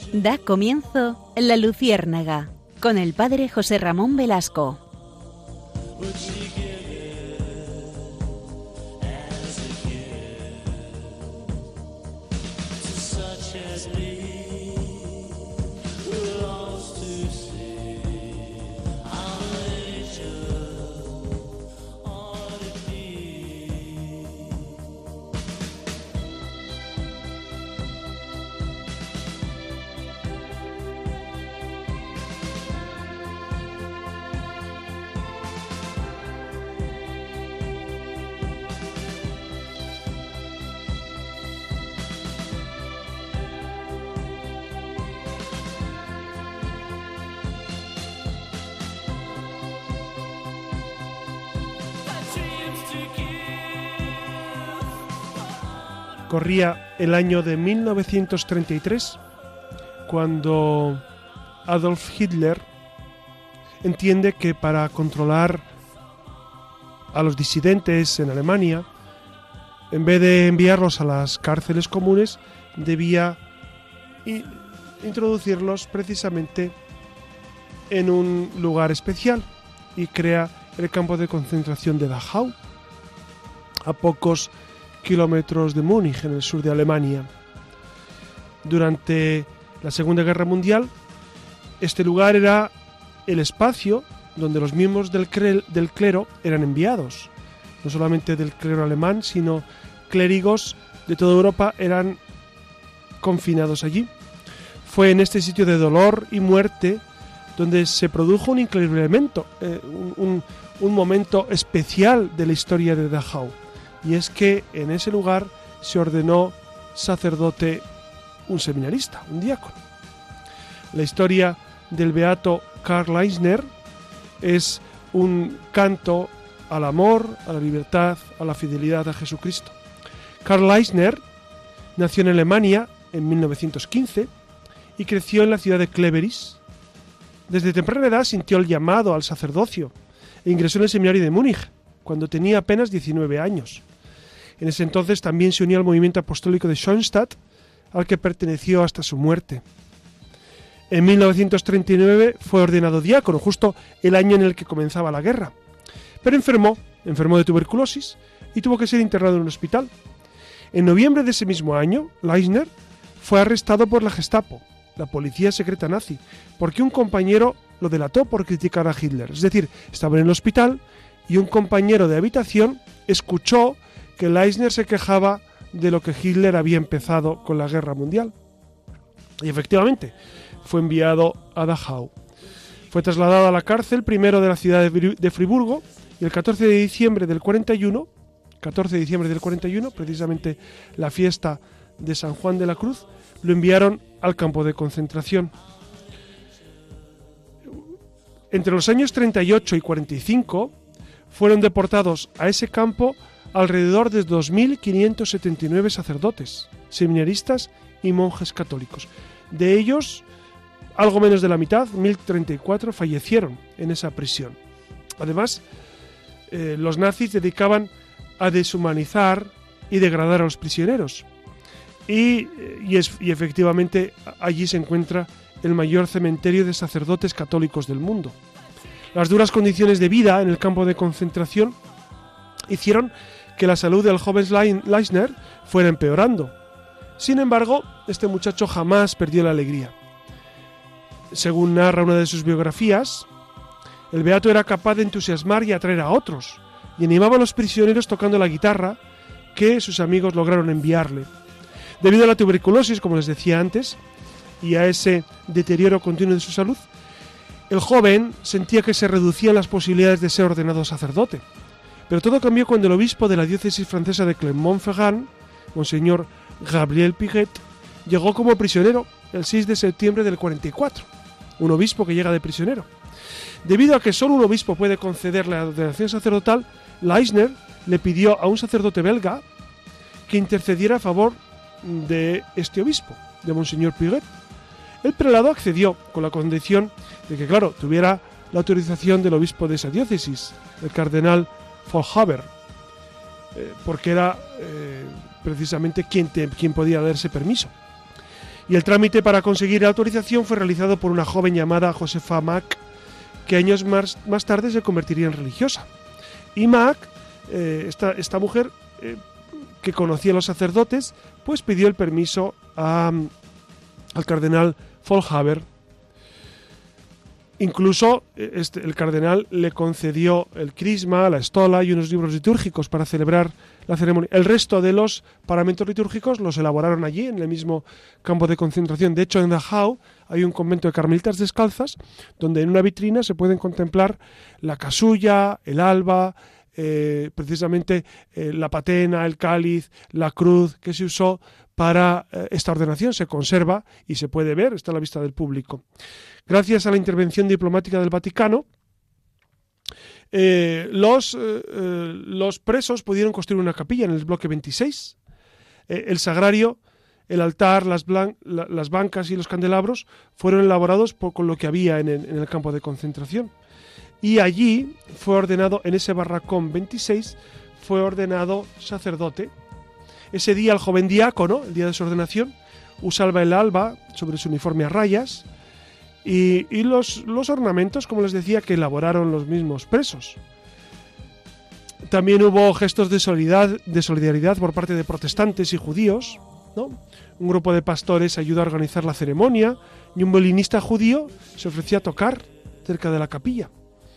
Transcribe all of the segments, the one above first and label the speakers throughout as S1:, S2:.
S1: Da comienzo La Luciérnaga, con el padre José Ramón Velasco.
S2: Corría el año de 1933 cuando Adolf Hitler entiende que para controlar a los disidentes en Alemania, en vez de enviarlos a las cárceles comunes, debía introducirlos precisamente en un lugar especial y crea el campo de concentración de Dachau, a pocos kilómetros de Múnich, en el sur de Alemania. Durante la Segunda Guerra Mundial, este lugar era el espacio donde los miembros del clero eran enviados. No solamente del clero alemán, sino clérigos de toda Europa eran confinados allí. Fue en este sitio de dolor y muerte donde se produjo un increíble evento, un momento especial de la historia de Dachau. Y es que en ese lugar se ordenó sacerdote un seminarista, un diácono. La historia del beato Karl Eisner es un canto al amor, a la libertad, a la fidelidad a Jesucristo. Karl Eisner nació en Alemania en 1915 y creció en la ciudad de Cleveris. Desde temprana edad sintió el llamado al sacerdocio e ingresó en el seminario de Múnich cuando tenía apenas 19 años. En ese entonces también se unió al movimiento apostólico de Schoenstatt, al que perteneció hasta su muerte. En 1939 fue ordenado diácono, justo el año en el que comenzaba la guerra. Pero enfermó de tuberculosis y tuvo que ser internado en un hospital. En noviembre de ese mismo año, Eisner fue arrestado por la Gestapo, la policía secreta nazi, porque un compañero lo delató por criticar a Hitler. Es decir, estaba en el hospital y un compañero de habitación escuchó que Eisner se quejaba de lo que Hitler había empezado con la guerra mundial. Y efectivamente, fue enviado a Dachau. Fue trasladado a la cárcel primero de la ciudad de Friburgo y el 14 de diciembre del 41, precisamente la fiesta de San Juan de la Cruz, lo enviaron al campo de concentración. Entre los años 38 y 45 fueron deportados a ese campo alrededor de 2.579 sacerdotes, seminaristas y monjes católicos. De ellos, algo menos de la mitad, 1.034, fallecieron en esa prisión. Además, los nazis dedicaban a deshumanizar y degradar a los prisioneros. Y efectivamente allí se encuentra el mayor cementerio de sacerdotes católicos del mundo. Las duras condiciones de vida en el campo de concentración hicieron que la salud del joven Eisner fuera empeorando. Sin embargo, este muchacho jamás perdió la alegría. Según narra una de sus biografías, el beato era capaz de entusiasmar y atraer a otros, y animaba a los prisioneros tocando la guitarra que sus amigos lograron enviarle. Debido a la tuberculosis, como les decía antes, y a ese deterioro continuo de su salud, el joven sentía que se reducían las posibilidades de ser ordenado sacerdote. Pero todo cambió cuando el obispo de la diócesis francesa de Clermont-Ferrand, Monseñor Gabriel Piguet, llegó como prisionero el 6 de septiembre del 44. Un obispo que llega de prisionero. Debido a que solo un obispo puede conceder la ordenación sacerdotal, Eisner le pidió a un sacerdote belga que intercediera a favor de este obispo, de Monseñor Piguet. El prelado accedió con la condición de que, claro, tuviera la autorización del obispo de esa diócesis, el cardenal Faulhaber, porque era precisamente quien podía darse permiso. Y el trámite para conseguir la autorización fue realizado por una joven llamada Josefa Mack, que años más tarde se convertiría en religiosa. Y Mack, esta mujer que conocía a los sacerdotes, pues pidió el permiso al cardenal Faulhaber. Incluso el cardenal le concedió el crisma, la estola y unos libros litúrgicos para celebrar la ceremonia. El resto de los paramentos litúrgicos los elaboraron allí, en el mismo campo de concentración. De hecho, en Dachau hay un convento de carmelitas descalzas, donde en una vitrina se pueden contemplar la casulla, el alba, precisamente la patena, el cáliz, la cruz que se usó para esta ordenación. Se conserva y se puede ver, está a la vista del público. Gracias a la intervención diplomática del Vaticano, los presos pudieron construir una capilla en el bloque 26. El sagrario, el altar, las bancas y los candelabros fueron elaborados con lo que había en el campo de concentración. Y allí fue ordenado, en ese barracón 26, fue ordenado sacerdote. Ese día el joven diácono, el día de su ordenación, usaba el alba sobre su uniforme a rayas y los ornamentos, como les decía, que elaboraron los mismos presos. También hubo gestos de solidaridad por parte de protestantes y judíos, ¿no? Un grupo de pastores ayudó a organizar la ceremonia y un violinista judío se ofreció a tocar cerca de la capilla.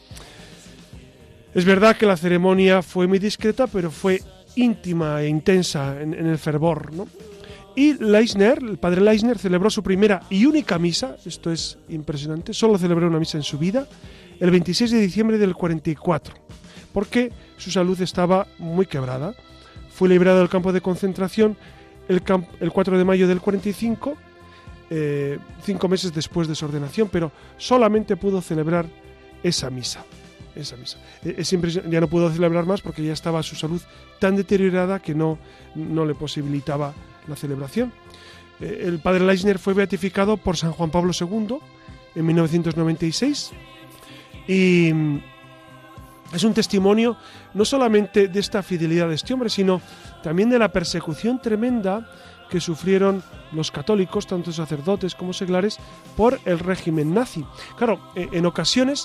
S2: Es verdad que la ceremonia fue muy discreta, pero fue íntima e intensa en el fervor, ¿no? Y Leisner, el padre Leisner, celebró su primera y única misa, esto es impresionante, solo celebró una misa en su vida, el 26 de diciembre del 44, porque su salud estaba muy quebrada. Fue liberado del campo de concentración el 4 de mayo del 45, 5 meses después de su ordenación, pero solamente pudo celebrar esa misa. Ya no pudo celebrar más porque ya estaba su salud tan deteriorada que no le posibilitaba la celebración. El padre Leisner fue beatificado por San Juan Pablo II en 1996 y es un testimonio no solamente de esta fidelidad de este hombre, sino también de la persecución tremenda que sufrieron los católicos, tanto sacerdotes como seglares, por el régimen nazi. Claro, en ocasiones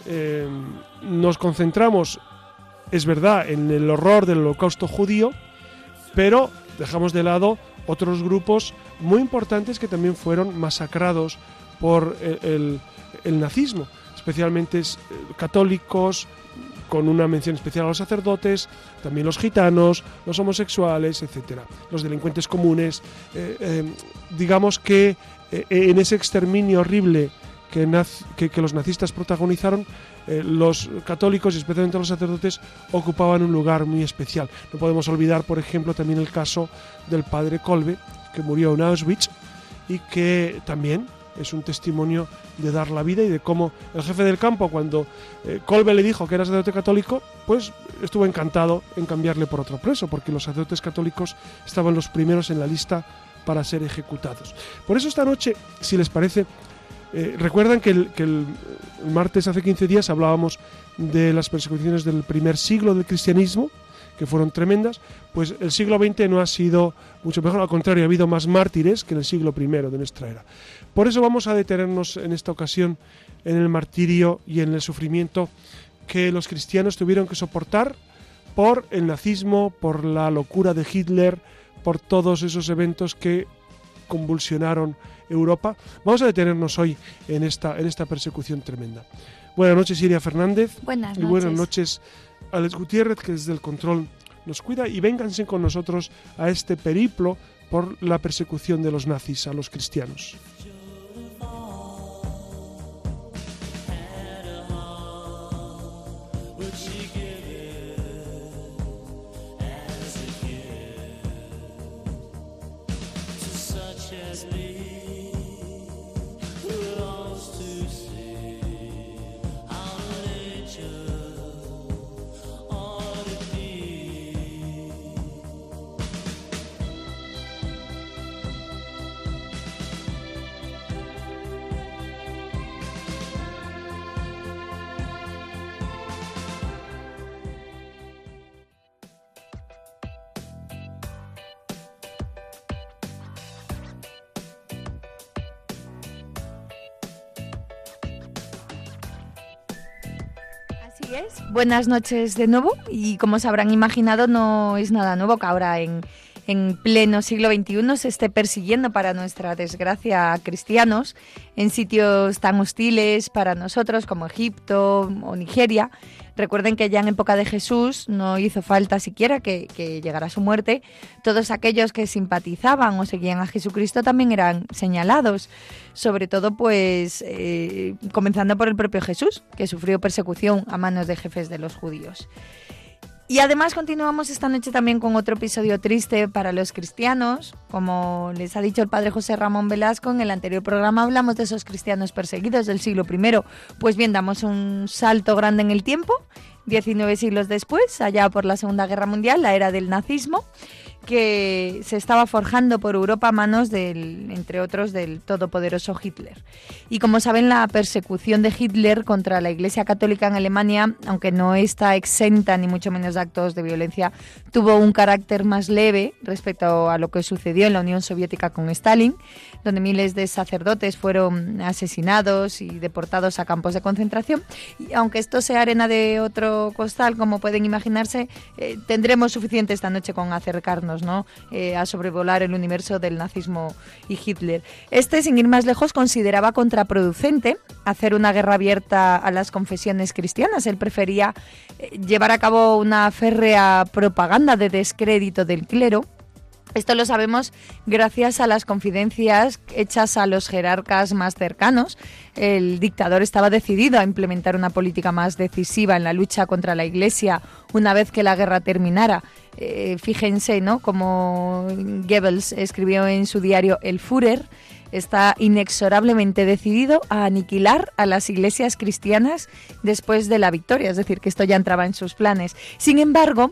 S2: nos concentramos, es verdad, en el horror del holocausto judío, pero dejamos de lado otros grupos muy importantes que también fueron masacrados por el nazismo, especialmente católicos, con una mención especial a los sacerdotes, también los gitanos, los homosexuales, etcétera, los delincuentes comunes. Digamos que en ese exterminio horrible que los nazistas protagonizaron, los católicos y especialmente los sacerdotes ocupaban un lugar muy especial. No podemos olvidar, por ejemplo, también el caso del padre Kolbe, que murió en Auschwitz y que también es un testimonio de dar la vida y de cómo el jefe del campo, cuando Kolbe le dijo que era sacerdote católico, pues estuvo encantado en cambiarle por otro preso, porque los sacerdotes católicos estaban los primeros en la lista para ser ejecutados. Por eso esta noche, si les parece, recuerdan que el martes, hace 15 días, hablábamos de las persecuciones del primer siglo del cristianismo, que fueron tremendas. Pues el siglo XX no ha sido mucho mejor, al contrario, ha habido más mártires que en el siglo I de nuestra era. Por eso vamos a detenernos en esta ocasión en el martirio y en el sufrimiento que los cristianos tuvieron que soportar por el nazismo, por la locura de Hitler, por todos esos eventos que convulsionaron Europa. Vamos a detenernos hoy en esta persecución tremenda. Buenas noches, Iria Fernández.
S3: Buenas noches.
S2: Y buenas noches, Alex Gutiérrez, que desde el control nos cuida, y vénganse con nosotros a este periplo por la persecución de los nazis a los cristianos.
S3: Así es. Buenas noches de nuevo, y como se habrán imaginado, no es nada nuevo que ahora en pleno siglo XXI se esté persiguiendo, para nuestra desgracia, a cristianos en sitios tan hostiles para nosotros como Egipto o Nigeria. Recuerden que ya en época de Jesús no hizo falta siquiera que llegara su muerte. Todos aquellos que simpatizaban o seguían a Jesucristo también eran señalados, sobre todo pues comenzando por el propio Jesús, que sufrió persecución a manos de jefes de los judíos. Y además continuamos esta noche también con otro episodio triste para los cristianos. Como les ha dicho el padre José Ramón Velasco, en el anterior programa hablamos de esos cristianos perseguidos del siglo I. Pues bien, damos un salto grande en el tiempo, 19 siglos después, allá por la Segunda Guerra Mundial, la era del nazismo, que se estaba forjando por Europa a manos entre otros, del todopoderoso Hitler. Y como saben, la persecución de Hitler contra la Iglesia Católica en Alemania, aunque no está exenta ni mucho menos de actos de violencia, tuvo un carácter más leve respecto a lo que sucedió en la Unión Soviética con Stalin, donde miles de sacerdotes fueron asesinados y deportados a campos de concentración. Y aunque esto sea arena de otro costal, como pueden imaginarse, tendremos suficiente esta noche con acercarnos, ¿no?, a sobrevolar el universo del nazismo y Hitler. Sin ir más lejos, consideraba contraproducente hacer una guerra abierta a las confesiones cristianas. Él prefería llevar a cabo una férrea propaganda de descrédito del clero. Esto lo sabemos gracias a las confidencias hechas a los jerarcas más cercanos. El dictador estaba decidido a implementar una política más decisiva en la lucha contra la Iglesia una vez que la guerra terminara. Fíjense, ¿no?, como Goebbels escribió en su diario El Führer, está inexorablemente decidido a aniquilar a las iglesias cristianas después de la victoria, es decir, que esto ya entraba en sus planes. Sin embargo,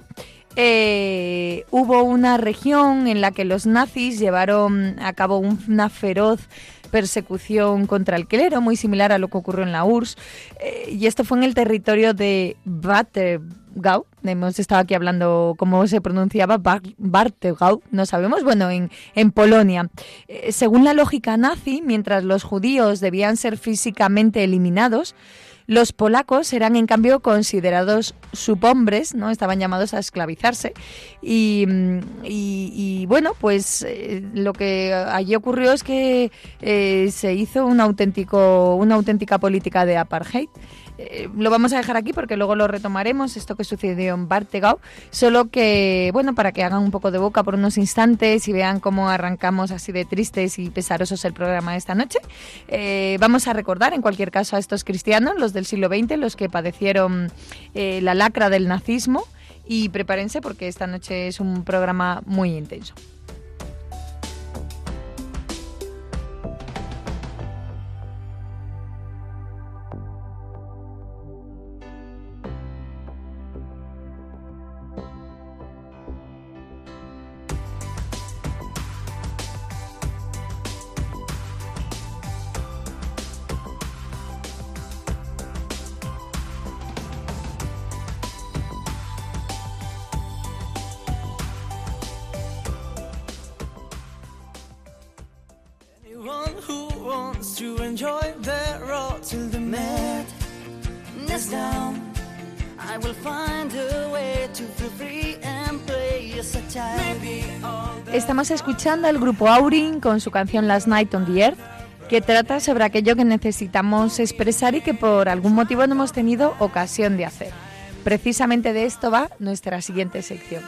S3: hubo una región en la que los nazis llevaron a cabo una feroz persecución contra el clero, muy similar a lo que ocurrió en la URSS, y esto fue en el territorio de Warthegau. Hemos estado aquí hablando cómo se pronunciaba Warthegau, no sabemos, bueno, en Polonia. Según la lógica nazi, mientras los judíos debían ser físicamente eliminados, los polacos eran, en cambio, considerados subhombres, ¿no? Estaban llamados a esclavizarse. Y bueno, pues lo que allí ocurrió es que se hizo una auténtica política de apartheid. Lo vamos a dejar aquí porque luego lo retomaremos, esto que sucedió en Warthegau, solo que, bueno, para que hagan un poco de boca por unos instantes y vean cómo arrancamos así de tristes y pesarosos el programa de esta noche. Vamos a recordar, en cualquier caso, a estos cristianos, los del siglo XX, los que padecieron la lacra del nazismo, y prepárense porque esta noche es un programa muy intenso. Estamos escuchando al grupo Aurin con su canción Last Night on the Earth, que trata sobre aquello que necesitamos expresar y que por algún motivo no hemos tenido ocasión de hacer. Precisamente de esto va nuestra siguiente sección.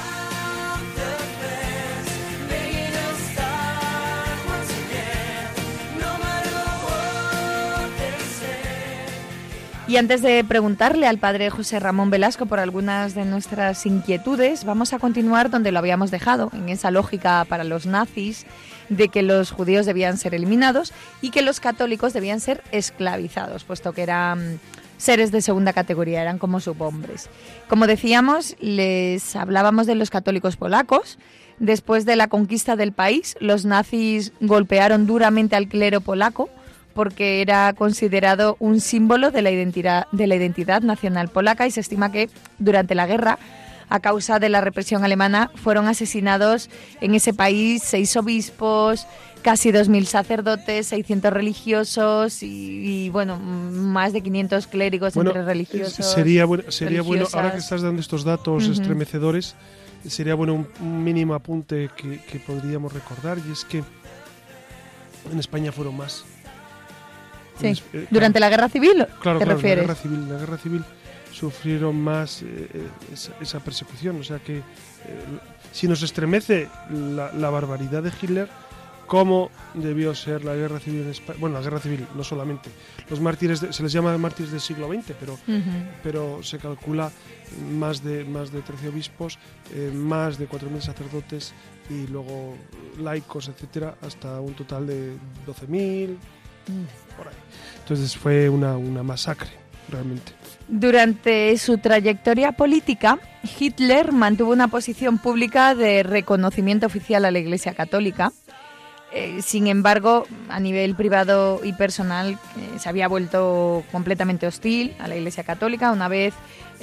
S3: Y antes de preguntarle al padre José Ramón Velasco por algunas de nuestras inquietudes, vamos a continuar donde lo habíamos dejado, en esa lógica para los nazis de que los judíos debían ser eliminados y que los católicos debían ser esclavizados, puesto que eran seres de segunda categoría, eran como subhombres. Como decíamos, les hablábamos de los católicos polacos. Después de la conquista del país, los nazis golpearon duramente al clero polaco, porque era considerado un símbolo de la identidad nacional polaca, y se estima que durante la guerra a causa de la represión alemana, fueron asesinados en ese país 6 obispos, casi 2.000 sacerdotes, 600 religiosos y bueno, más de 500 clérigos entre religiosos.
S2: Sería bueno, ahora que estás dando estos datos estremecedores, sería bueno un mínimo apunte que podríamos recordar, y es que en España fueron más.
S3: Sí. ¿Durante la Guerra Civil?
S2: Claro,
S3: ¿te refieres?
S2: La Guerra Civil sufrieron más esa persecución. O sea que si nos estremece la barbaridad de Hitler, ¿cómo debió ser la Guerra Civil en España? Bueno, la Guerra Civil, no solamente. Los mártires, se les llama mártires del siglo XX, pero se calcula más de 13 obispos, más de 4.000 sacerdotes y luego laicos, etcétera, hasta un total de 12.000, por ahí. Entonces fue una masacre, realmente.
S3: Durante su trayectoria política, Hitler mantuvo una posición pública de reconocimiento oficial a la Iglesia Católica. Sin embargo, a nivel privado y personal, se había vuelto completamente hostil a la Iglesia Católica. Una vez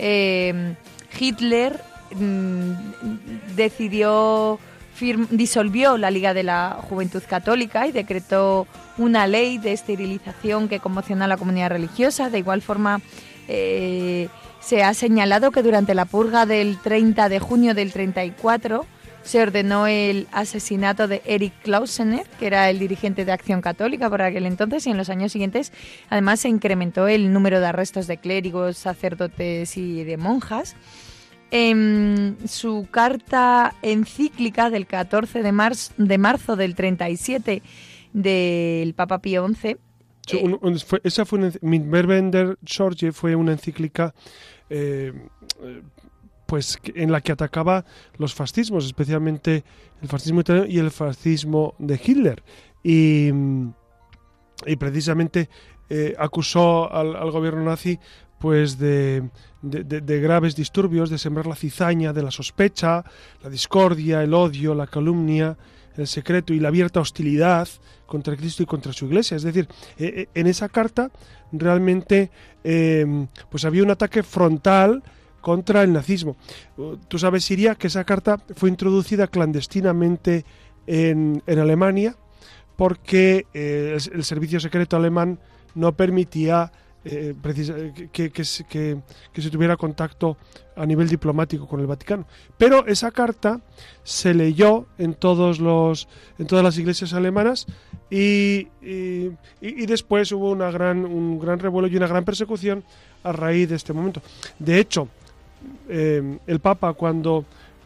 S3: Hitler disolvió la Liga de la Juventud Católica y decretó una ley de esterilización que conmocionó a la comunidad religiosa. De igual forma, se ha señalado que durante la purga del 30 de junio del 34 se ordenó el asesinato de Erich Klausener, que era el dirigente de Acción Católica por aquel entonces, y en los años siguientes además se incrementó el número de arrestos de clérigos, sacerdotes y de monjas. En su carta encíclica del 14 de marzo del 37 del Papa Pío XI...
S2: esa fue Mit Verwender Sorge, fue una encíclica pues en la que atacaba los fascismos, especialmente el fascismo italiano y el fascismo de Hitler, y precisamente acusó al gobierno nazi pues de graves disturbios, de sembrar la cizaña de la sospecha, la discordia, el odio, la calumnia, el secreto y la abierta hostilidad contra Cristo y contra su Iglesia. Es decir, en esa carta realmente pues había un ataque frontal contra el nazismo. Tú sabes, Siria, que esa carta fue introducida clandestinamente en Alemania porque el servicio secreto alemán no permitía que se tuviera contacto a nivel diplomático con el Vaticano. Pero esa carta se leyó en todas las iglesias alemanas y después hubo un gran revuelo y una gran persecución a raíz de este momento. De hecho, el Papa cuando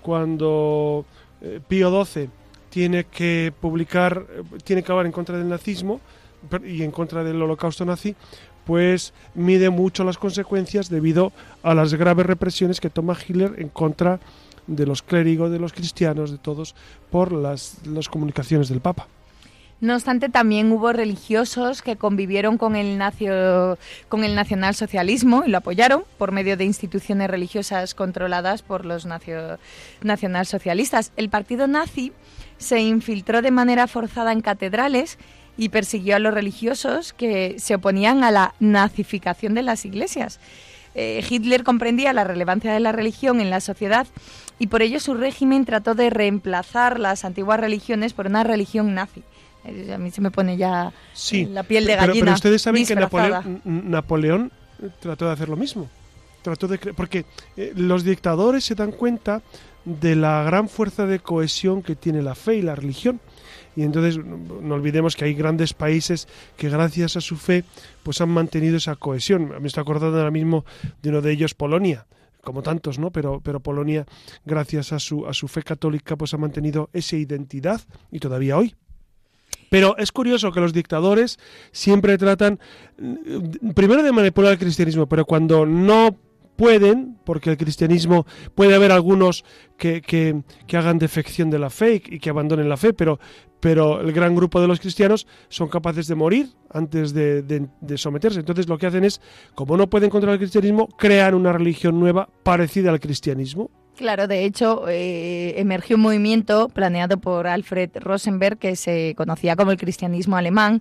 S2: Pío XII tiene que hablar en contra del nazismo y en contra del holocausto nazi, pues mide mucho las consecuencias debido a las graves represiones que toma Hitler en contra de los clérigos, de los cristianos, de todos, por las comunicaciones del Papa.
S3: No obstante, también hubo religiosos que convivieron con el nacionalsocialismo y lo apoyaron por medio de instituciones religiosas controladas por los nacionalsocialistas. El partido nazi se infiltró de manera forzada en catedrales y persiguió a los religiosos que se oponían a la nazificación de las iglesias. Hitler comprendía la relevancia de la religión en la sociedad y por ello su régimen trató de reemplazar las antiguas religiones por una religión nazi. A mí se me pone ya la piel de gallina.
S2: Pero ustedes saben
S3: disfrazada.
S2: que Napoleón trató de hacer lo mismo. Porque los dictadores se dan cuenta de la gran fuerza de cohesión que tiene la fe y la religión. Y entonces no olvidemos que hay grandes países que gracias a su fe pues han mantenido esa cohesión. Me estoy acordando ahora mismo de uno de ellos, Polonia, como tantos, ¿no? Pero Polonia, gracias a su fe católica, pues ha mantenido esa identidad y todavía hoy. Pero es curioso que los dictadores siempre tratan, primero, de manipular el cristianismo, pero cuando no pueden, porque el cristianismo, puede haber algunos que hagan defección de la fe y que abandonen la fe, pero el gran grupo de los cristianos son capaces de morir antes de someterse. Entonces lo que hacen es, como no pueden controlar el cristianismo, crean una religión nueva parecida al cristianismo.
S3: Claro, de hecho, emergió un movimiento planeado por Alfred Rosenberg que se conocía como el cristianismo alemán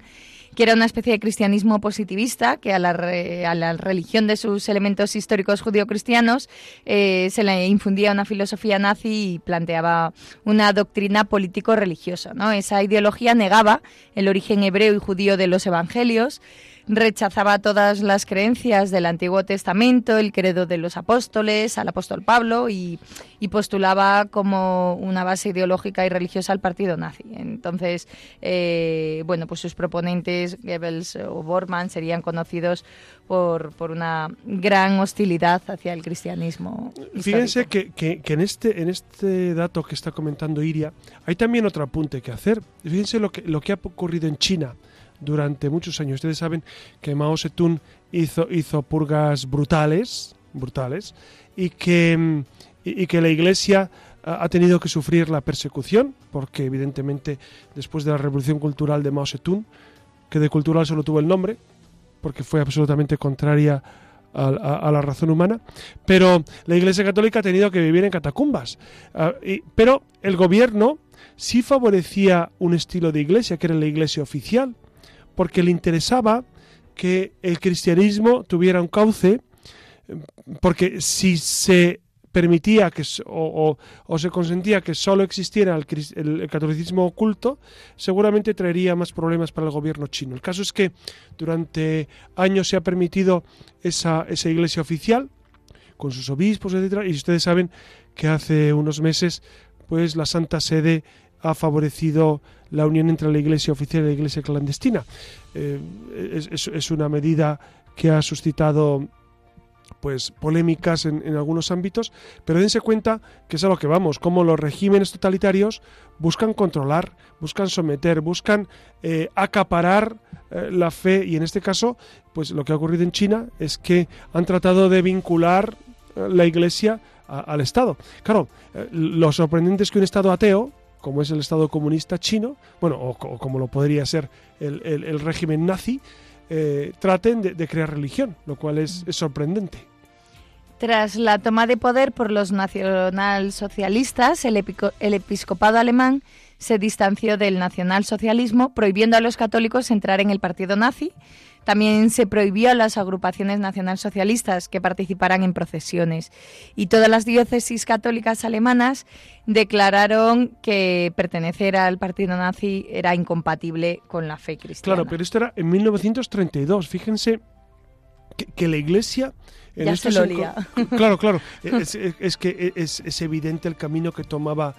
S3: que era una especie de cristianismo positivista que a la religión de sus elementos históricos judio-cristianos se le infundía una filosofía nazi y planteaba una doctrina político-religiosa, ¿no? Esa ideología negaba el origen hebreo y judío de los evangelios, rechazaba todas las creencias del Antiguo Testamento, el credo de los apóstoles, al apóstol Pablo, y postulaba como una base ideológica y religiosa al partido nazi. Entonces, bueno, pues sus proponentes, Goebbels o Bormann, serían conocidos por una gran hostilidad hacia el cristianismo histórico.
S2: Fíjense que en este dato que está comentando Iria, hay también otro apunte que hacer. Fíjense lo que ha ocurrido en China durante muchos años. Ustedes saben que Mao Zedong hizo purgas brutales y que la Iglesia ha tenido que sufrir la persecución, porque evidentemente después de la revolución cultural de Mao Zedong, que de cultural solo tuvo el nombre, porque fue absolutamente contraria a la razón humana, pero la Iglesia Católica ha tenido que vivir en catacumbas. Pero el gobierno sí favorecía un estilo de iglesia, que era la iglesia oficial, porque le interesaba que el cristianismo tuviera un cauce, porque si se permitía o se consentía que solo existiera el catolicismo oculto, seguramente traería más problemas para el gobierno chino. El caso es que durante años se ha permitido esa iglesia oficial, con sus obispos, etcétera, y ustedes saben que hace unos meses pues la Santa Sede ha favorecido la unión entre la iglesia oficial y la iglesia clandestina. Es una medida que ha suscitado pues polémicas en algunos ámbitos, pero dense cuenta que es a lo que vamos, como los regímenes totalitarios buscan controlar, buscan someter, buscan acaparar la fe, y en este caso pues lo que ha ocurrido en China es que han tratado de vincular la iglesia al Estado. Claro, lo sorprendente es que un Estado ateo, como es el Estado comunista chino, bueno, o como lo podría ser el régimen nazi, traten de crear religión, lo cual es sorprendente.
S3: Tras la toma de poder por los nacionalsocialistas, el episcopado alemán se distanció del nacionalsocialismo, prohibiendo a los católicos entrar en el partido nazi. También se prohibió a las agrupaciones nacionalsocialistas que participaran en procesiones. Y todas las diócesis católicas alemanas declararon que pertenecer al partido nazi era incompatible con la fe cristiana.
S2: Claro, pero esto era en 1932. Fíjense que la Iglesia...
S3: Ya se lo lía.
S2: Claro. Es que es evidente el camino que tomaba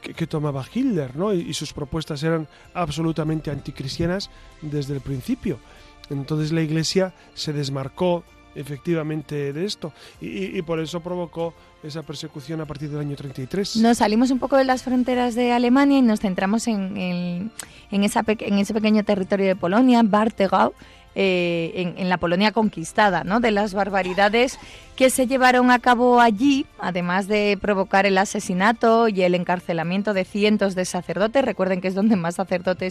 S2: Hitler, ¿no? Y sus propuestas eran absolutamente anticristianas desde el principio. Entonces la Iglesia se desmarcó efectivamente de esto y por eso provocó esa persecución a partir del año 33.
S3: Nos salimos un poco de las fronteras de Alemania y nos centramos en ese pequeño territorio de Polonia, Warthegau, en la Polonia conquistada, ¿no? De las barbaridades que se llevaron a cabo allí, además de provocar el asesinato y el encarcelamiento de cientos de sacerdotes. Recuerden que es donde más sacerdotes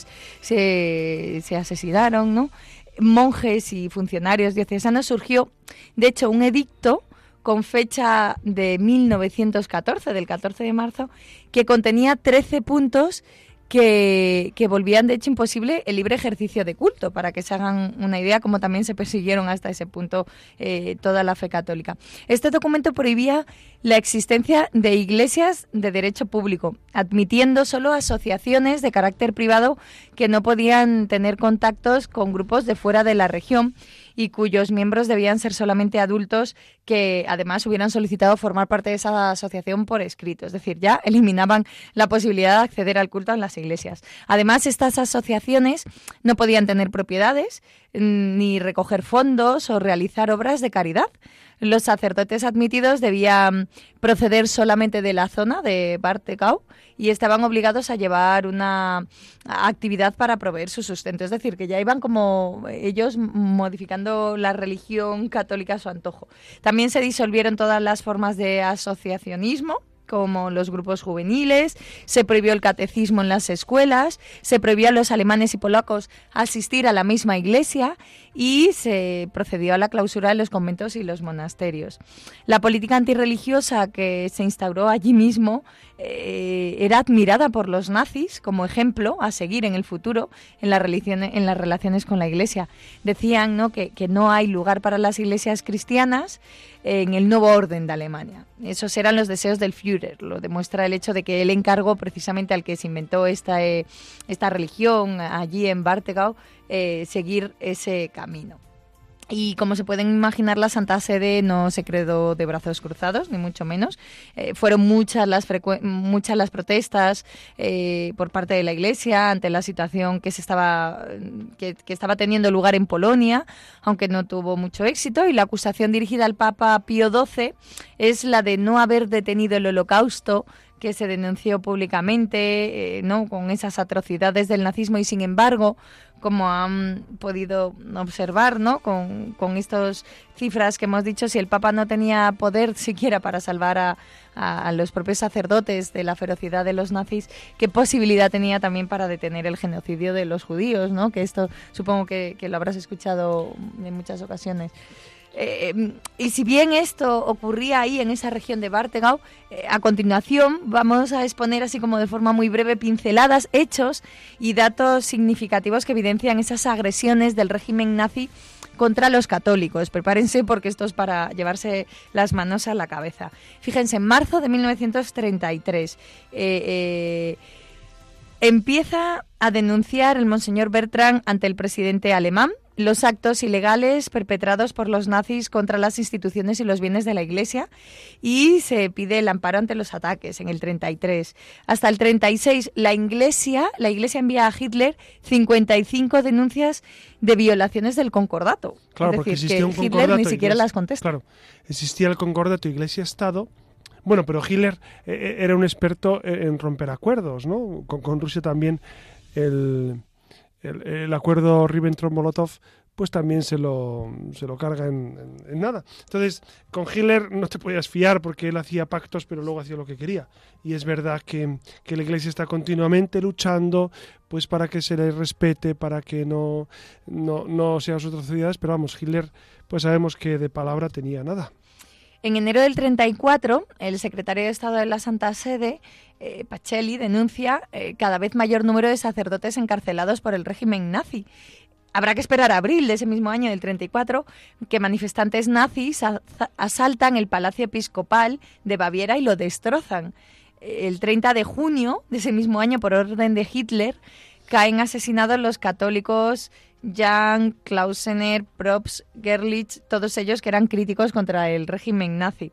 S3: se asesinaron, ¿no? Monjes y funcionarios diocesanos. Surgió, de hecho, un edicto con fecha de 1914, del 14 de marzo, que contenía 13 puntos que volvían de hecho imposible el libre ejercicio de culto, para que se hagan una idea, como también se persiguieron hasta ese punto toda la fe católica. Este documento prohibía la existencia de iglesias de derecho público, admitiendo solo asociaciones de carácter privado que no podían tener contactos con grupos de fuera de la región y cuyos miembros debían ser solamente adultos que además hubieran solicitado formar parte de esa asociación por escrito. Es decir, ya eliminaban la posibilidad de acceder al culto en las iglesias. Además, estas asociaciones no podían tener propiedades, ni recoger fondos o realizar obras de caridad. Los sacerdotes admitidos debían proceder solamente de la zona de Warthegau y estaban obligados a llevar una actividad para proveer su sustento. Es decir, que ya iban como ellos modificando la religión católica a su antojo. También se disolvieron todas las formas de asociacionismo como los grupos juveniles, se prohibió el catecismo en las escuelas, se prohibió a los alemanes y polacos asistir a la misma iglesia y se procedió a la clausura de los conventos y los monasterios. La política antirreligiosa que se instauró allí mismo era admirada por los nazis como ejemplo a seguir en el futuro en las relaciones con la iglesia. Decían, ¿no?, que no hay lugar para las iglesias cristianas en el nuevo orden de Alemania. Esos eran los deseos del Führer. Lo demuestra el hecho de que él encargó precisamente al que se inventó esta religión allí en Warthegau seguir ese camino. Y como se pueden imaginar, la Santa Sede no se quedó de brazos cruzados, ni mucho menos. Fueron muchas las protestas por parte de la Iglesia ante la situación que estaba teniendo lugar en Polonia, aunque no tuvo mucho éxito. Y la acusación dirigida al Papa Pío XII es la de no haber detenido el Holocausto, que se denunció públicamente, ¿no?, con esas atrocidades del nazismo, y sin embargo, como han podido observar, ¿no?, con estas cifras que hemos dicho, si el Papa no tenía poder siquiera para salvar a los propios sacerdotes de la ferocidad de los nazis, ¿qué posibilidad tenía también para detener el genocidio de los judíos, ¿no? Que esto supongo que lo habrás escuchado en muchas ocasiones. Y si bien esto ocurría ahí en esa región de Warthegau, a continuación vamos a exponer así como de forma muy breve pinceladas, hechos y datos significativos que evidencian esas agresiones del régimen nazi contra los católicos. Prepárense porque esto es para llevarse las manos a la cabeza. Fíjense, en marzo de 1933 empieza a denunciar el monseñor Bertrand ante el presidente alemán los actos ilegales perpetrados por los nazis contra las instituciones y los bienes de la Iglesia, y se pide el amparo ante los ataques en el 33. Hasta el 36, la Iglesia envía a Hitler 55 denuncias de violaciones del concordato.
S2: Claro,
S3: es
S2: porque
S3: decir,
S2: existía
S3: que
S2: un
S3: Hitler
S2: concordato,
S3: ni siquiera las contesta.
S2: Claro, existía el concordato Iglesia-Estado. Bueno, pero Hitler era un experto en romper acuerdos, ¿no? Con Rusia también el acuerdo Ribbentrop-Molotov pues también se lo carga en nada. Entonces, con Hitler no te podías fiar porque él hacía pactos, pero luego hacía lo que quería. Y es verdad que la Iglesia está continuamente luchando pues para que se le respete, para que no sean sus atrocidades, pero vamos, Hitler pues sabemos que de palabra tenía nada.
S3: En enero del 34, el secretario de Estado de la Santa Sede, Pacelli, denuncia cada vez mayor número de sacerdotes encarcelados por el régimen nazi. Habrá que esperar a abril de ese mismo año, del 34, que manifestantes nazis asaltan el Palacio Episcopal de Baviera y lo destrozan. El 30 de junio de ese mismo año, por orden de Hitler, caen asesinados los católicos Jan Klausener, Probst, Gerlich, todos ellos que eran críticos contra el régimen nazi.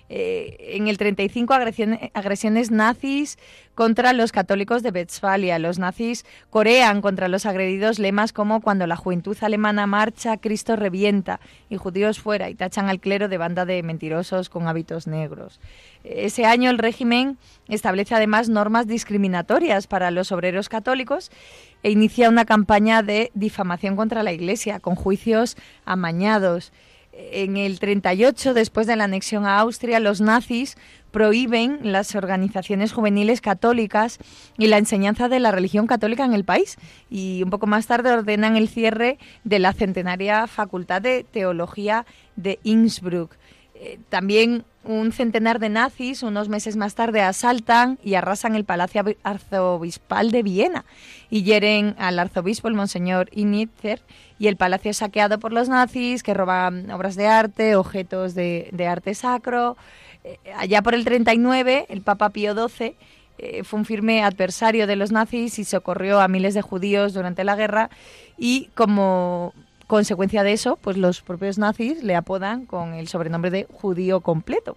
S3: En el 35, agresiones nazis contra los católicos de Westfalia. Los nazis corean contra los agredidos lemas como "cuando la juventud alemana marcha, Cristo revienta", y "judíos fuera", y tachan al clero de banda de mentirosos con hábitos negros. Ese año el régimen establece además normas discriminatorias para los obreros católicos e inicia una campaña de difamación contra la Iglesia, con juicios amañados. En el 38, después de la anexión a Austria, los nazis prohíben las organizaciones juveniles católicas y la enseñanza de la religión católica en el país, y un poco más tarde ordenan el cierre de la centenaria Facultad de Teología de Innsbruck. También un centenar de nazis, unos meses más tarde, asaltan y arrasan el Palacio Arzobispal de Viena y hieren al arzobispo, el monseñor Initzer, y el palacio es saqueado por los nazis, que roban obras de arte, objetos de arte sacro. Allá por el 39, el Papa Pío XII fue un firme adversario de los nazis y socorrió a miles de judíos durante la guerra, y como consecuencia de eso, pues los propios nazis le apodan con el sobrenombre de judío completo.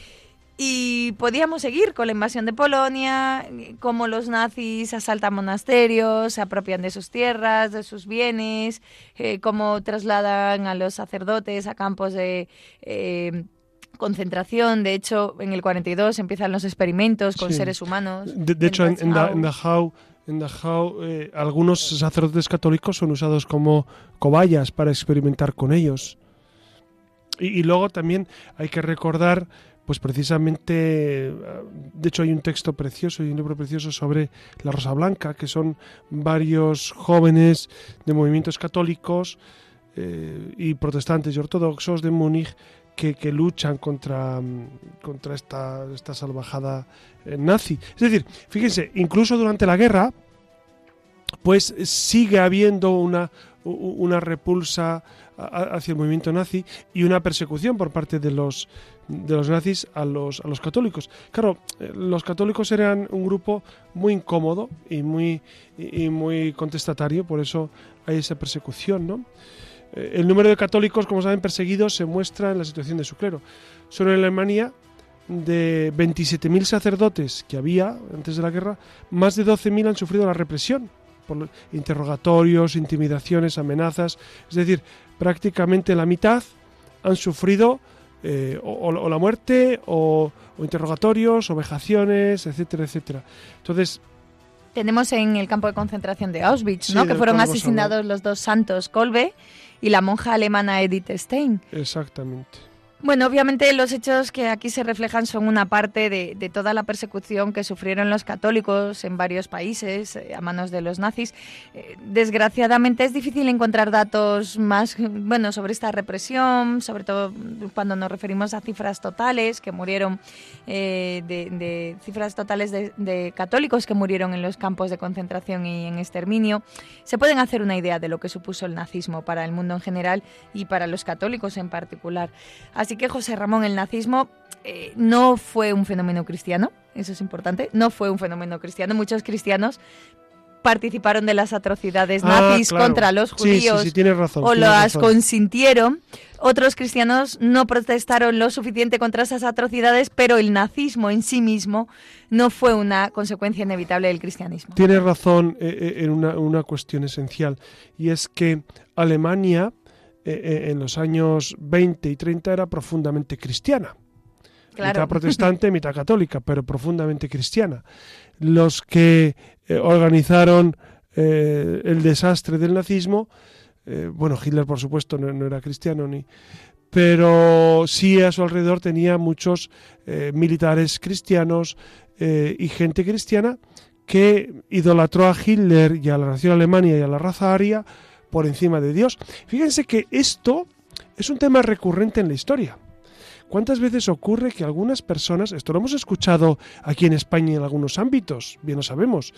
S3: Y podíamos seguir con la invasión de Polonia, cómo los nazis asaltan monasterios, se apropian de sus tierras, de sus bienes, cómo trasladan a los sacerdotes a campos de concentración. De hecho, en el 42 empiezan los experimentos con seres humanos.
S2: De hecho, en Dachau, algunos sacerdotes católicos son usados como cobayas para experimentar con ellos. Y luego también hay que recordar pues precisamente, de hecho hay un texto precioso y un libro precioso sobre la Rosa Blanca, que son varios jóvenes de movimientos católicos y protestantes y ortodoxos de Múnich que luchan contra esta salvajada nazi. Es decir, fíjense, incluso durante la guerra, pues sigue habiendo una repulsa hacia el movimiento nazi y una persecución por parte de los nazis a los católicos. Claro, los católicos eran un grupo muy incómodo y muy contestatario, por eso hay esa persecución, ¿no? El número de católicos, como saben, perseguidos se muestra en la situación de su clero. Solo en Alemania, de 27.000 sacerdotes que había antes de la guerra, más de 12.000 han sufrido la represión por interrogatorios, intimidaciones, amenazas. Es decir, prácticamente la mitad han sufrido o la muerte o interrogatorios o vejaciones, etcétera, etcétera. Entonces,
S3: tenemos en el campo de concentración de Auschwitz, ¿no?
S2: Sí,
S3: Que fueron
S2: podemos
S3: asesinados los dos santos Kolbe y la monja alemana Edith Stein.
S2: Exactamente.
S3: Bueno, obviamente los hechos que aquí se reflejan son una parte de toda la persecución que sufrieron los católicos en varios países a manos de los nazis. Desgraciadamente es difícil encontrar datos más sobre esta represión, sobre todo cuando nos referimos a cifras totales que murieron, de cifras totales de católicos que murieron en los campos de concentración y en exterminio. Se pueden hacer una idea de lo que supuso el nazismo para el mundo en general y para los católicos en particular. Así que, José Ramón, el nazismo no fue un fenómeno cristiano, eso es importante, no fue un fenómeno cristiano. Muchos cristianos participaron de las atrocidades nazis contra los judíos,
S2: sí, tienes razón,
S3: o las consintieron. Otros cristianos no protestaron lo suficiente contra esas atrocidades, pero el nazismo en sí mismo no fue una consecuencia inevitable del cristianismo.
S2: Tienes razón en una cuestión esencial, y es que Alemania en los años 20 y 30 era profundamente cristiana. Claro. Mitad protestante, mitad católica, pero profundamente cristiana. Los que organizaron el desastre del nazismo, Hitler por supuesto no era cristiano, pero sí a su alrededor tenía muchos militares cristianos y gente cristiana que idolatró a Hitler y a la nación alemana y a la raza aria por encima de Dios. Fíjense que esto es un tema recurrente en la historia. ¿Cuántas veces ocurre que algunas personas, esto lo hemos escuchado aquí en España en algunos ámbitos, bien lo sabemos,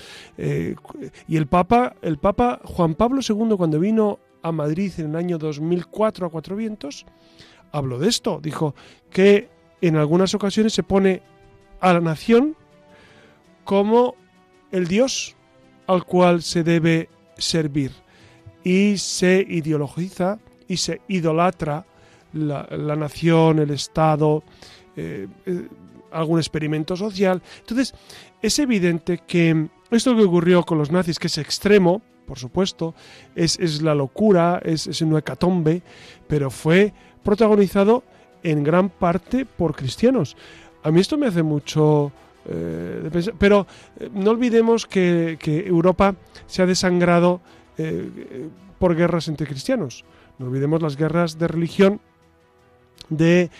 S2: y el Papa Juan Pablo II, cuando vino a Madrid en el año 2004 a Cuatro Vientos, habló de esto, dijo que en algunas ocasiones se pone a la nación como el Dios al cual se debe servir, y se ideologiza y se idolatra la nación, el Estado, algún experimento social. Entonces, es evidente que esto que ocurrió con los nazis, que es extremo, por supuesto, es la locura, es una hecatombe, pero fue protagonizado en gran parte por cristianos. A mí esto me hace mucho de pensar, pero no olvidemos que Europa se ha desangrado por guerras entre cristianos. No olvidemos las guerras de religión de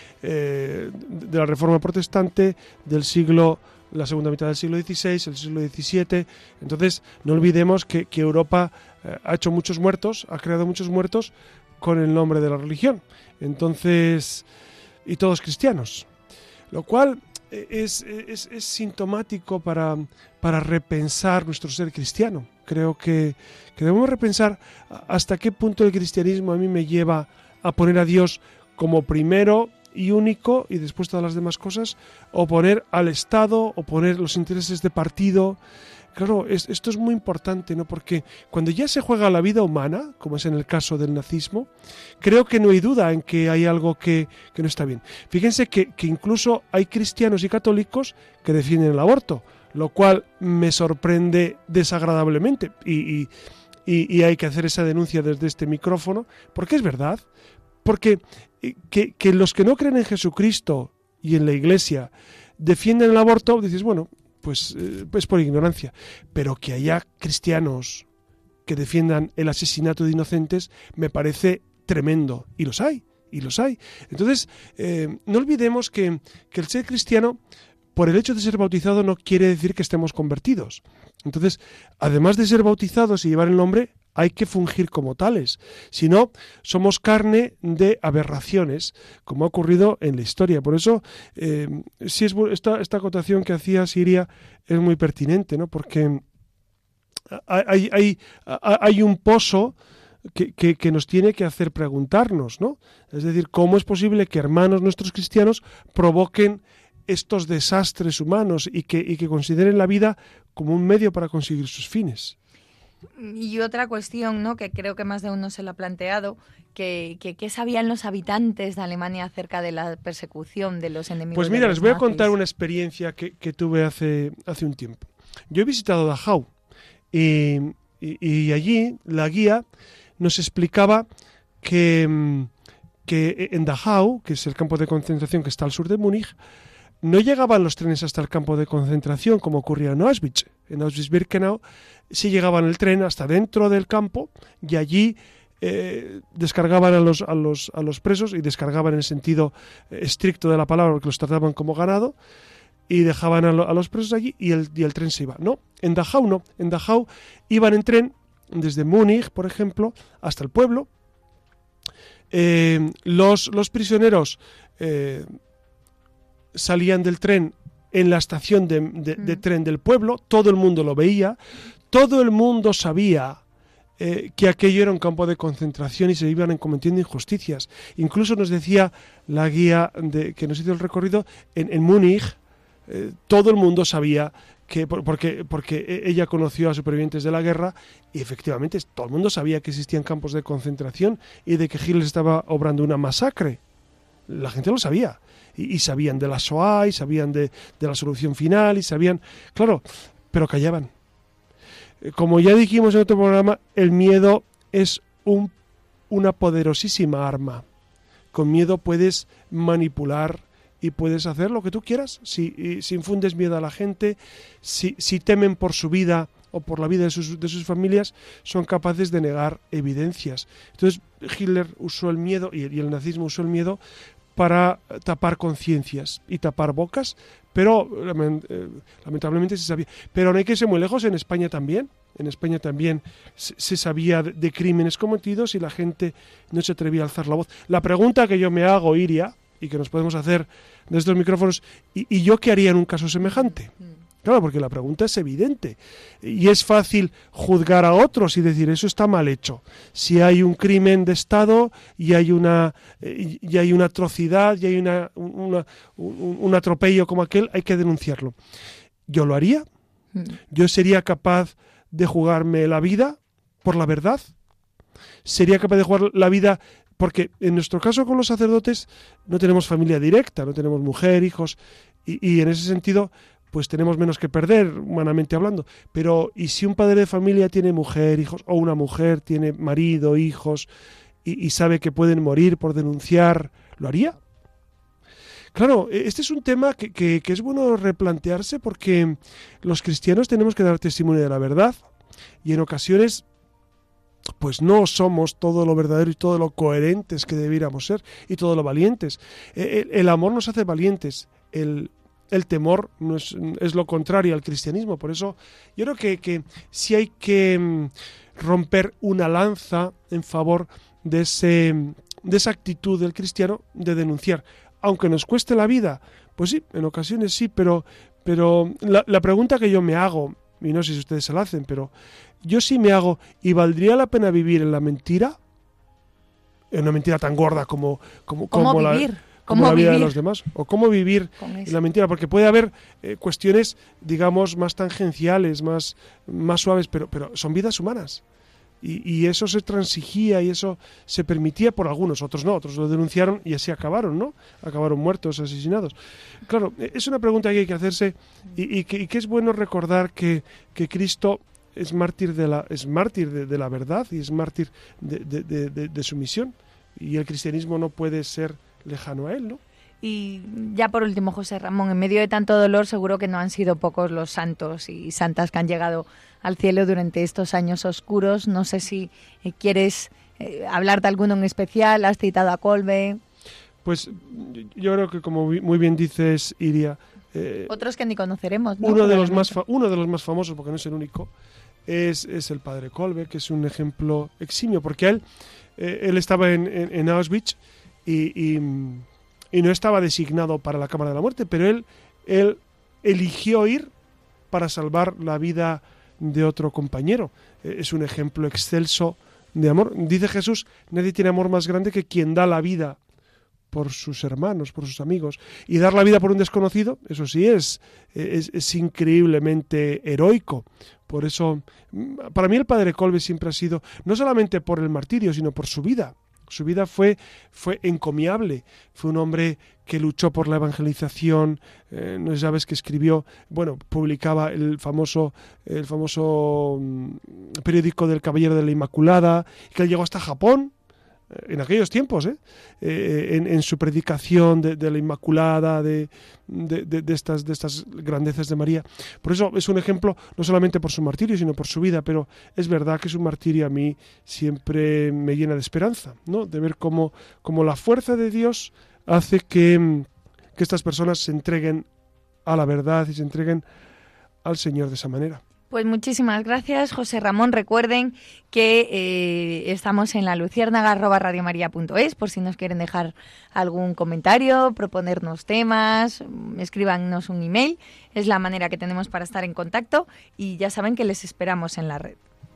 S2: la Reforma Protestante del la segunda mitad del siglo XVI, el siglo XVII. Entonces, no olvidemos que Europa ha hecho muchos muertos, ha creado muchos muertos con el nombre de la religión. Entonces, y todos cristianos. Lo cual es sintomático para repensar nuestro ser cristiano. Creo que debemos repensar hasta qué punto el cristianismo a mí me lleva a poner a Dios como primero y único y después todas las demás cosas, o poner al Estado, o poner los intereses de partido. Claro, esto es muy importante, ¿no? Porque cuando ya se juega la vida humana, como es en el caso del nazismo, creo que no hay duda en que hay algo que no está bien. Fíjense que incluso hay cristianos y católicos que defienden el aborto, lo cual me sorprende desagradablemente, y hay que hacer esa denuncia desde este micrófono, porque es verdad, porque que los que no creen en Jesucristo y en la Iglesia defienden el aborto, dices, bueno, pues por ignorancia, pero que haya cristianos que defiendan el asesinato de inocentes me parece tremendo, y los hay, y los hay. Entonces, no olvidemos que el ser cristiano, por el hecho de ser bautizado, no quiere decir que estemos convertidos. Entonces, además de ser bautizados y llevar el nombre, hay que fungir como tales. Si no, somos carne de aberraciones, como ha ocurrido en la historia. Por eso, sí esta acotación que hacía Siria es muy pertinente, ¿no? Porque hay un pozo que nos tiene que hacer preguntarnos, ¿no? Es decir, ¿cómo es posible que hermanos nuestros cristianos provoquen estos desastres humanos y que consideren la vida como un medio para conseguir sus fines?
S3: Y otra cuestión, ¿no?, que creo que más de uno se lo ha planteado, que sabían los habitantes de Alemania acerca de la persecución de los enemigos.
S2: Pues mira,
S3: de
S2: les
S3: los
S2: voy a
S3: nazis.
S2: contar una experiencia que tuve hace un tiempo. Yo he visitado Dachau y allí la guía nos explicaba que en Dachau, que es el campo de concentración que está al sur de Múnich, no llegaban los trenes hasta el campo de concentración como ocurría en Auschwitz. En Auschwitz-Birkenau sí llegaban el tren hasta dentro del campo y allí descargaban a los presos, y descargaban en el sentido estricto de la palabra, porque los trataban como ganado, y dejaban a los presos allí y el tren se iba. No, en Dachau no. En Dachau iban en tren desde Múnich, por ejemplo, hasta el pueblo. Los prisioneros salían del tren en la estación de tren del pueblo, todo el mundo lo veía, todo el mundo sabía que aquello era un campo de concentración y se iban cometiendo injusticias. Incluso nos decía la guía que nos hizo el recorrido, en Múnich, todo el mundo sabía porque ella conoció a supervivientes de la guerra y efectivamente todo el mundo sabía que existían campos de concentración y de que Hitler estaba obrando una masacre. La gente lo sabía. Y sabían de la Shoah, y sabían de la solución final, y sabían... Claro, pero callaban. Como ya dijimos en otro programa, el miedo es una poderosísima arma. Con miedo puedes manipular y puedes hacer lo que tú quieras. Si infundes miedo a la gente, si temen por su vida o por la vida de sus familias, son capaces de negar evidencias. Entonces Hitler usó el miedo y el nazismo usó el miedo para tapar conciencias y tapar bocas, pero lamentablemente se sabía. Pero no hay que irse muy lejos, en España también. En España también se sabía de crímenes cometidos y la gente no se atrevía a alzar la voz. La pregunta que yo me hago, Iria, y que nos podemos hacer de estos micrófonos, ¿y yo qué haría en un caso semejante? Claro, porque la pregunta es evidente y es fácil juzgar a otros y decir eso está mal hecho. Si hay un crimen de Estado y hay una atrocidad y hay un atropello como aquel, hay que denunciarlo. ¿Yo lo haría? ¿Yo sería capaz de jugarme la vida por la verdad? ¿Sería capaz de jugar la vida? Porque en nuestro caso con los sacerdotes no tenemos familia directa, no tenemos mujer, hijos, y en ese sentido pues tenemos menos que perder, humanamente hablando. Pero, ¿y si un padre de familia tiene mujer, hijos, o una mujer tiene marido, hijos, y sabe que pueden morir por denunciar, ¿lo haría? Claro, este es un tema que es bueno replantearse, porque los cristianos tenemos que dar testimonio de la verdad, y en ocasiones pues no somos todo lo verdadero y todo lo coherentes que debiéramos ser, y todo lo valientes. El amor nos hace valientes, el temor no es lo contrario al cristianismo. Por eso yo creo que sí hay que romper una lanza en favor de esa actitud del cristiano de denunciar. Aunque nos cueste la vida, pues sí, en ocasiones sí, pero la pregunta que yo me hago, y no sé si ustedes se la hacen, pero yo sí me hago, ¿y valdría la pena vivir en la mentira? En una mentira tan gorda como la vida de los demás, o cómo vivir en la mentira, porque puede haber cuestiones, digamos, más tangenciales, más suaves, pero son vidas humanas, y eso se transigía y eso se permitía por algunos, otros no, otros lo denunciaron y así acabaron, ¿no? Acabaron muertos, asesinados. Claro, es una pregunta que hay que hacerse y que es bueno recordar que Cristo es mártir de la verdad y es mártir de su misión, y el cristianismo no puede ser lejano a él, ¿no?
S3: Y ya por último, José Ramón, en medio de tanto dolor seguro que no han sido pocos los santos y santas que han llegado al cielo durante estos años oscuros. No sé si quieres hablar de alguno en especial. Has citado a Kolbe.
S2: Pues yo creo que, como muy bien dices, Iria,
S3: otros que ni conoceremos, ¿no?
S2: uno de los más famosos, porque no es el único, es el padre Kolbe, que es un ejemplo eximio, porque él estaba en Auschwitz y no estaba designado para la Cámara de la Muerte, pero él eligió ir para salvar la vida de otro compañero. Es un ejemplo excelso de amor. Dice Jesús, nadie tiene amor más grande que quien da la vida por sus hermanos, por sus amigos. Y dar la vida por un desconocido, eso sí es increíblemente heroico. Por eso, para mí el padre Kolbe siempre ha sido, no solamente por el martirio, sino por su vida. Su vida fue encomiable. Fue un hombre que luchó por la evangelización. No sabes que escribió, publicaba el famoso periódico del Caballero de la Inmaculada, que él llegó hasta Japón en aquellos tiempos, en su predicación de la Inmaculada, de estas grandezas de María. Por eso es un ejemplo no solamente por su martirio, sino por su vida, pero es verdad que su martirio a mí siempre me llena de esperanza, ¿no? De ver cómo la fuerza de Dios hace que estas personas se entreguen a la verdad y se entreguen al Señor de esa manera.
S3: Pues muchísimas gracias, José Ramón. Recuerden que estamos en laluciérnaga@radiomaria.es por si nos quieren dejar algún comentario, proponernos temas, escríbanos un email. Es la manera que tenemos para estar en contacto y ya saben que les esperamos en la red.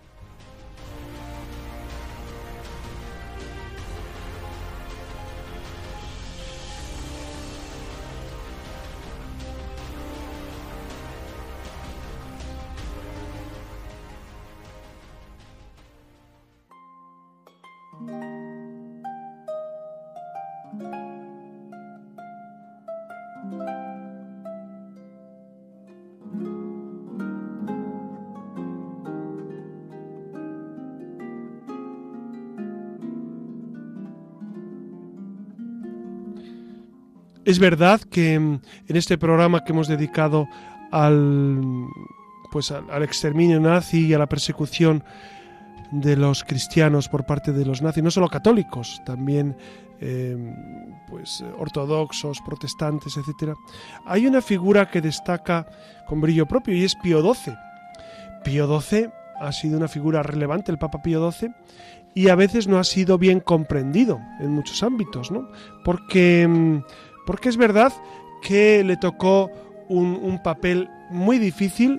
S2: Es verdad que en este programa que hemos dedicado al exterminio nazi y a la persecución de los cristianos por parte de los nazis, no solo católicos, también ortodoxos, protestantes, etcétera, hay una figura que destaca con brillo propio y es Pío XII. Pío XII ha sido una figura relevante, el Papa Pío XII, y a veces no ha sido bien comprendido en muchos ámbitos, ¿no? Porque es verdad que le tocó un papel muy difícil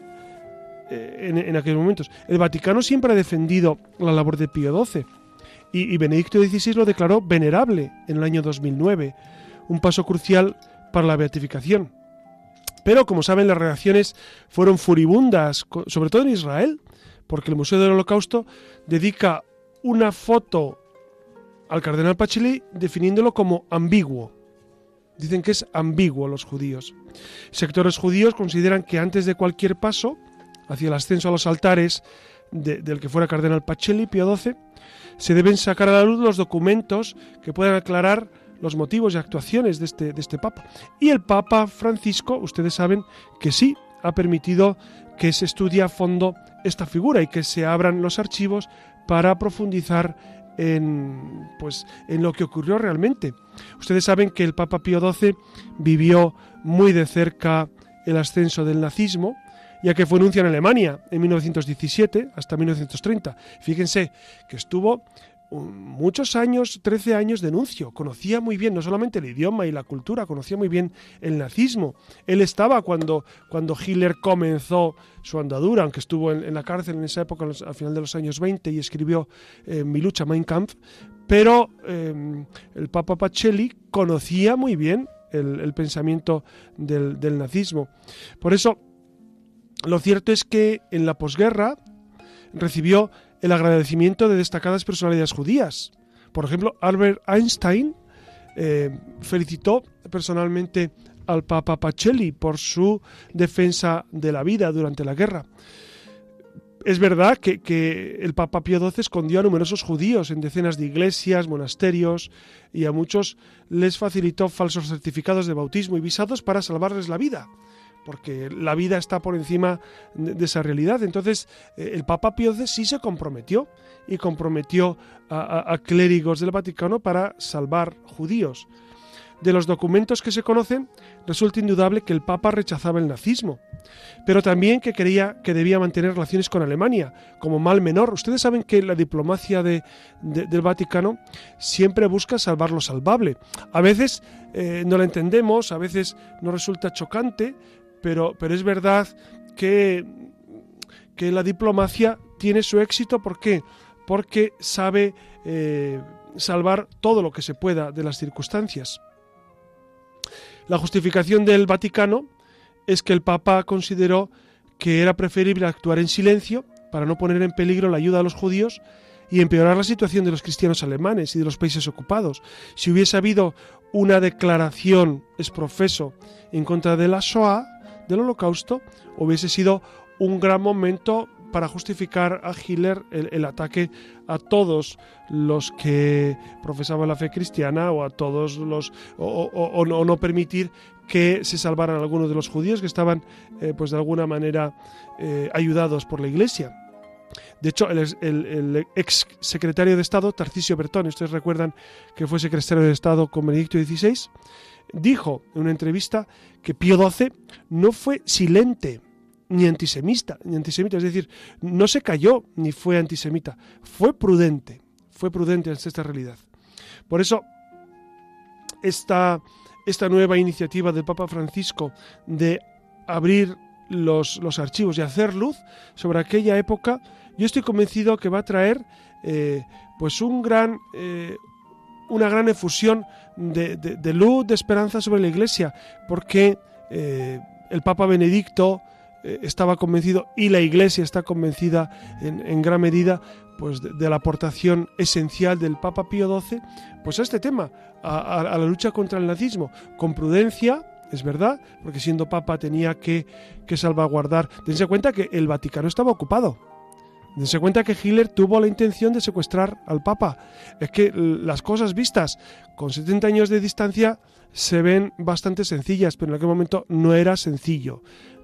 S2: en aquellos momentos. El Vaticano siempre ha defendido la labor de Pío XII y Benedicto XVI lo declaró venerable en el año 2009, un paso crucial para la beatificación. Pero, como saben, las reacciones fueron furibundas, sobre todo en Israel, porque el Museo del Holocausto dedica una foto al cardenal Pacelli definiéndolo como ambiguo. Dicen que es ambiguo los judíos. Sectores judíos consideran que antes de cualquier paso hacia el ascenso a los altares del que fuera cardenal Pacelli, Pío XII, se deben sacar a la luz los documentos que puedan aclarar los motivos y actuaciones de este Papa. Y el Papa Francisco, ustedes saben que sí, ha permitido que se estudie a fondo esta figura y que se abran los archivos para profundizar en lo que ocurrió realmente. Ustedes saben que el Papa Pío XII vivió muy de cerca el ascenso del nazismo, ya que fue nuncio en Alemania en 1917 hasta 1930. Fíjense que estuvo muchos años, 13 años de nuncio. Conocía muy bien no solamente el idioma y la cultura, conocía muy bien el nazismo. Él estaba cuando Hitler comenzó su andadura, aunque estuvo en la cárcel en esa época, al final de los años 20, y escribió Mi lucha, Mein Kampf. Pero el Papa Pacelli conocía muy bien el pensamiento del nazismo. Por eso, lo cierto es que en la posguerra recibió el agradecimiento de destacadas personalidades judías. Por ejemplo, Albert Einstein felicitó personalmente al Papa Pacelli por su defensa de la vida durante la guerra. Es verdad que el Papa Pío XII escondió a numerosos judíos en decenas de iglesias, monasterios, y a muchos les facilitó falsos certificados de bautismo y visados para salvarles la vida. porque la vida está por encima de esa realidad. Entonces, el Papa Pío XII sí se comprometió, y comprometió a clérigos del Vaticano para salvar judíos. De los documentos que se conocen, resulta indudable que el Papa rechazaba el nazismo, pero también que creía que debía mantener relaciones con Alemania, como mal menor. Ustedes saben que la diplomacia del Vaticano siempre busca salvar lo salvable. A veces no la entendemos, a veces nos resulta chocante, pero es verdad que la diplomacia tiene su éxito. ¿Por qué? Porque sabe salvar todo lo que se pueda de las circunstancias. La justificación del Vaticano es que el Papa consideró que era preferible actuar en silencio para no poner en peligro la ayuda a los judíos y empeorar la situación de los cristianos alemanes y de los países ocupados. Si hubiese habido una declaración exprofeso en contra de la Shoah, del Holocausto, hubiese sido un gran momento para justificar a Hitler el ataque a todos los que profesaban la fe cristiana, o a todos los o no permitir que se salvaran algunos de los judíos que estaban pues de alguna manera ayudados por la Iglesia. De hecho, el ex secretario de Estado, Tarcisio Bertone, ustedes recuerdan que fue secretario de Estado con Benedicto XVI, dijo en una entrevista que Pío XII no fue silente ni antisemita, es decir, no se cayó ni fue antisemita, fue prudente ante esta realidad. Por eso, esta nueva iniciativa del Papa Francisco de abrir los archivos y hacer luz sobre aquella época, yo estoy convencido que va a traer pues una gran efusión de luz, de esperanza sobre la Iglesia, porque el Papa Benedicto estaba convencido, y la Iglesia está convencida en gran medida, pues de la aportación esencial del Papa Pío XII pues a este tema, a la lucha contra el nazismo, con prudencia, es verdad, porque siendo Papa tenía que salvaguardar. Dense cuenta que el Vaticano estaba ocupado. Dense cuenta que Hitler tuvo la intención de secuestrar al Papa. Es que las cosas vistas con 70 años de distancia se ven bastante sencillas, pero en aquel momento no era sencillo.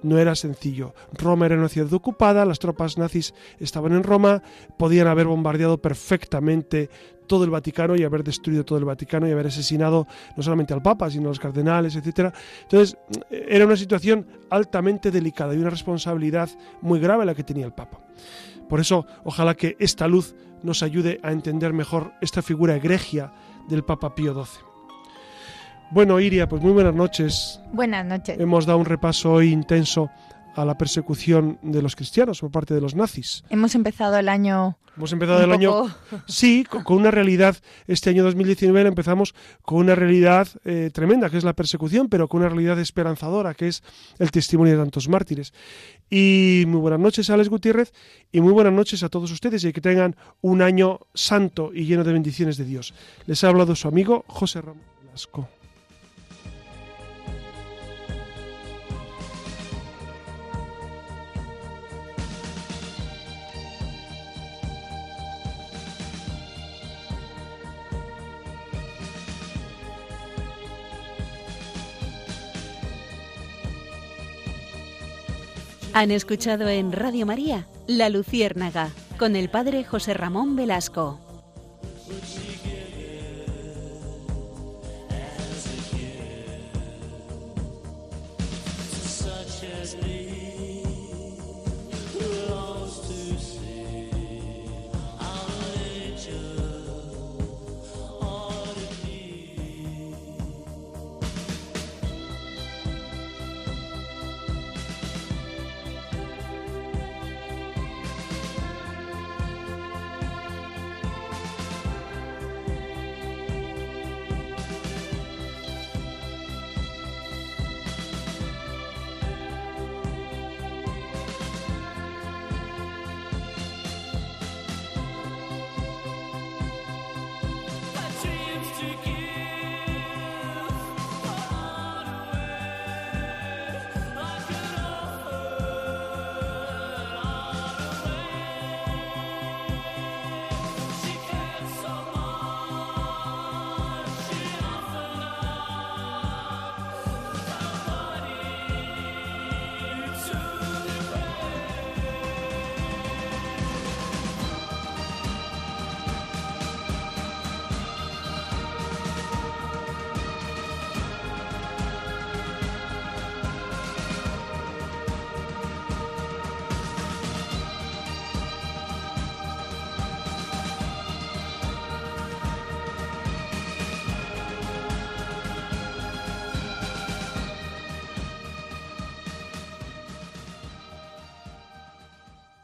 S2: Roma era una ciudad ocupada, las tropas nazis estaban en Roma, podían haber bombardeado perfectamente todo el Vaticano y haber destruido todo el Vaticano y haber asesinado no solamente al Papa, sino a los cardenales, etc. Entonces, era una situación altamente delicada y una responsabilidad muy grave la que tenía el Papa. Por eso, ojalá que esta luz nos ayude a entender mejor esta figura egregia del Papa Pío XII. Bueno, Iria, pues muy buenas noches.
S3: Buenas noches.
S2: Hemos dado un repaso hoy intenso a la persecución de los cristianos por parte de los nazis.
S3: Hemos empezado el año... Sí, con una realidad. Este año 2019 empezamos con una realidad tremenda, que es la persecución, pero con una realidad esperanzadora, que es el testimonio de tantos mártires. Y muy buenas noches, Alex Gutiérrez, y muy buenas noches a todos ustedes, y que tengan un año santo y lleno de bendiciones de Dios. Les ha hablado su amigo José Ramón Velasco.
S1: Han escuchado en Radio María La Luciérnaga con el padre José Ramón Velasco.
S4: Such as me.